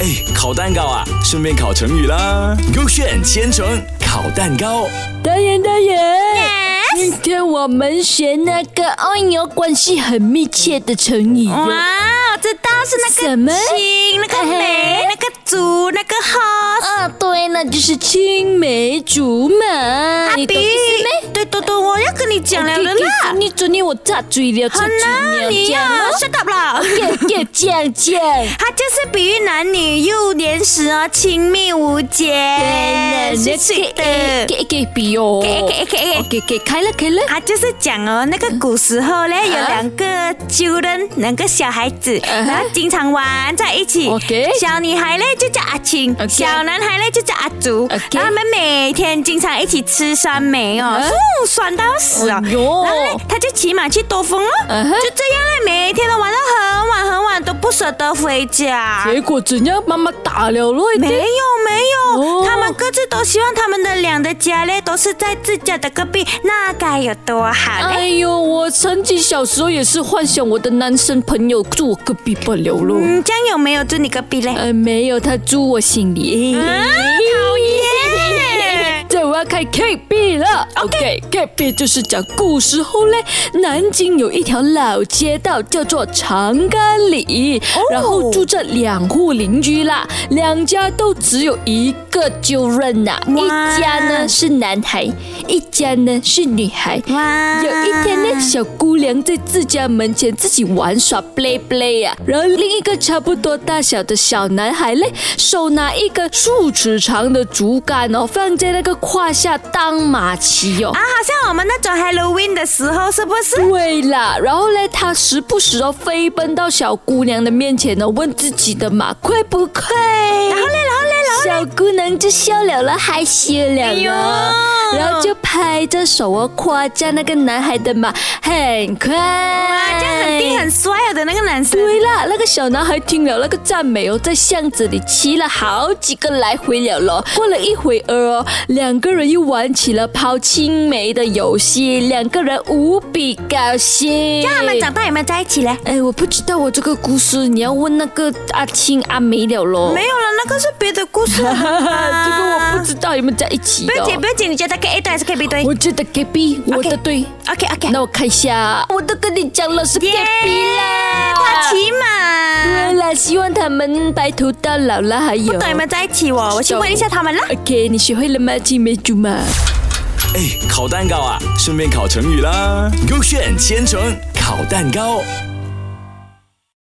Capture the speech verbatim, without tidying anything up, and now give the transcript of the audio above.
哎，烤蛋糕啊，顺便烤成语啦。勾选千层烤蛋糕。 导演，导演， Yes 今天我们学那个哎呦关系很密切的成语哟。 哇，我知道是那个什么青，那个梅， 哎那个竹，那个 horse。 啊，对，那就是青梅竹马。 阿比你懂意思没？ 对对对，我要跟你讲了的啦。 你昨天我插嘴了，插好嘴啦， 了， 你要讲吗？ shut up 啦。 给给讲讲。 它就是比喻男女幼年时哦，亲密无间，是谁的？ 给给比哦， 给给给给给给开了开了。 啊，就是讲哦，那个古时候呢，有两个 children，两个小孩子，然后经常玩在一起。 OK 小女孩呢就叫阿青， OK 小男孩呢就叫阿竹。 OK 然后他们每天经常一起吃酸梅哦， 啊嗯酸到死哦。 哎呦然后呢，他就骑马去兜风哦， 嗯哼就这样呢，每天都玩到很晚很晚，都不舍得回家。 结果怎样？妈妈打了咯， 没有没有、 哦他们各自都希望他们的俩的家呢都是在自家的隔壁，那该有多好呢？ 哎呦，我曾经小时候也是幻想我的男生朋友住我隔壁不了咯。 嗯，这样有没有住你隔壁嘞？ 呃，没有，他住我心里。 啊，讨厌！ 这我要开 K B 了。OK，K B 就是讲古时候嘞，南京有一条老街道叫做长干里，然后住着两户邻居啦，两家都只有一个就认呐，一哇家呢是男孩，一家呢是女孩。 哇， 有一天呢，小姑娘在自家门前自己玩耍 play play 啊，然后另一个差不多大小的小男孩嘞，手拿一个数尺长的竹竿哦，放在那个胯下当马骑哦。 啊，好像我们那种 Halloween 的时候，是不是？ 对啦，然后呢，他时不时哦飞奔到小姑娘的面前呢，问自己的马快不快？ 然后嘞，然后嘞，然后嘞， 小姑娘就笑了了，害羞了哎呦了，然后就拍着手哦夸赞那个男孩的马很快。 哇，这样很定很帅哦的那个男生。 对啦，那个小男孩听了那个赞美哦，在巷子里骑了好几个来回了咯。过了一会儿哦，两个人又玩起了抛青梅的游戏，两个人无比高兴。 这样他们长大有没有在一起嘞？ 哎，我不知道我这个故事，你要问那个阿青阿梅了咯。 没有了，那个是别的故事。 这个我不知道有没有在一起的。 不要紧，不要紧，你觉得 K A 对还是 K B 对我觉得 K B 我的对。 ？OK OK。 那我看一下，我都跟你讲了是 K B 啦。 他骑马。 对啦，希望他们白头到老了，还有。 不懂有没有在一起哦？我去问一下他们啦。 OK， 你学会了吗？青梅竹马。 哎，烤蛋糕啊，顺便烤成语啦。勾选千层烤蛋糕。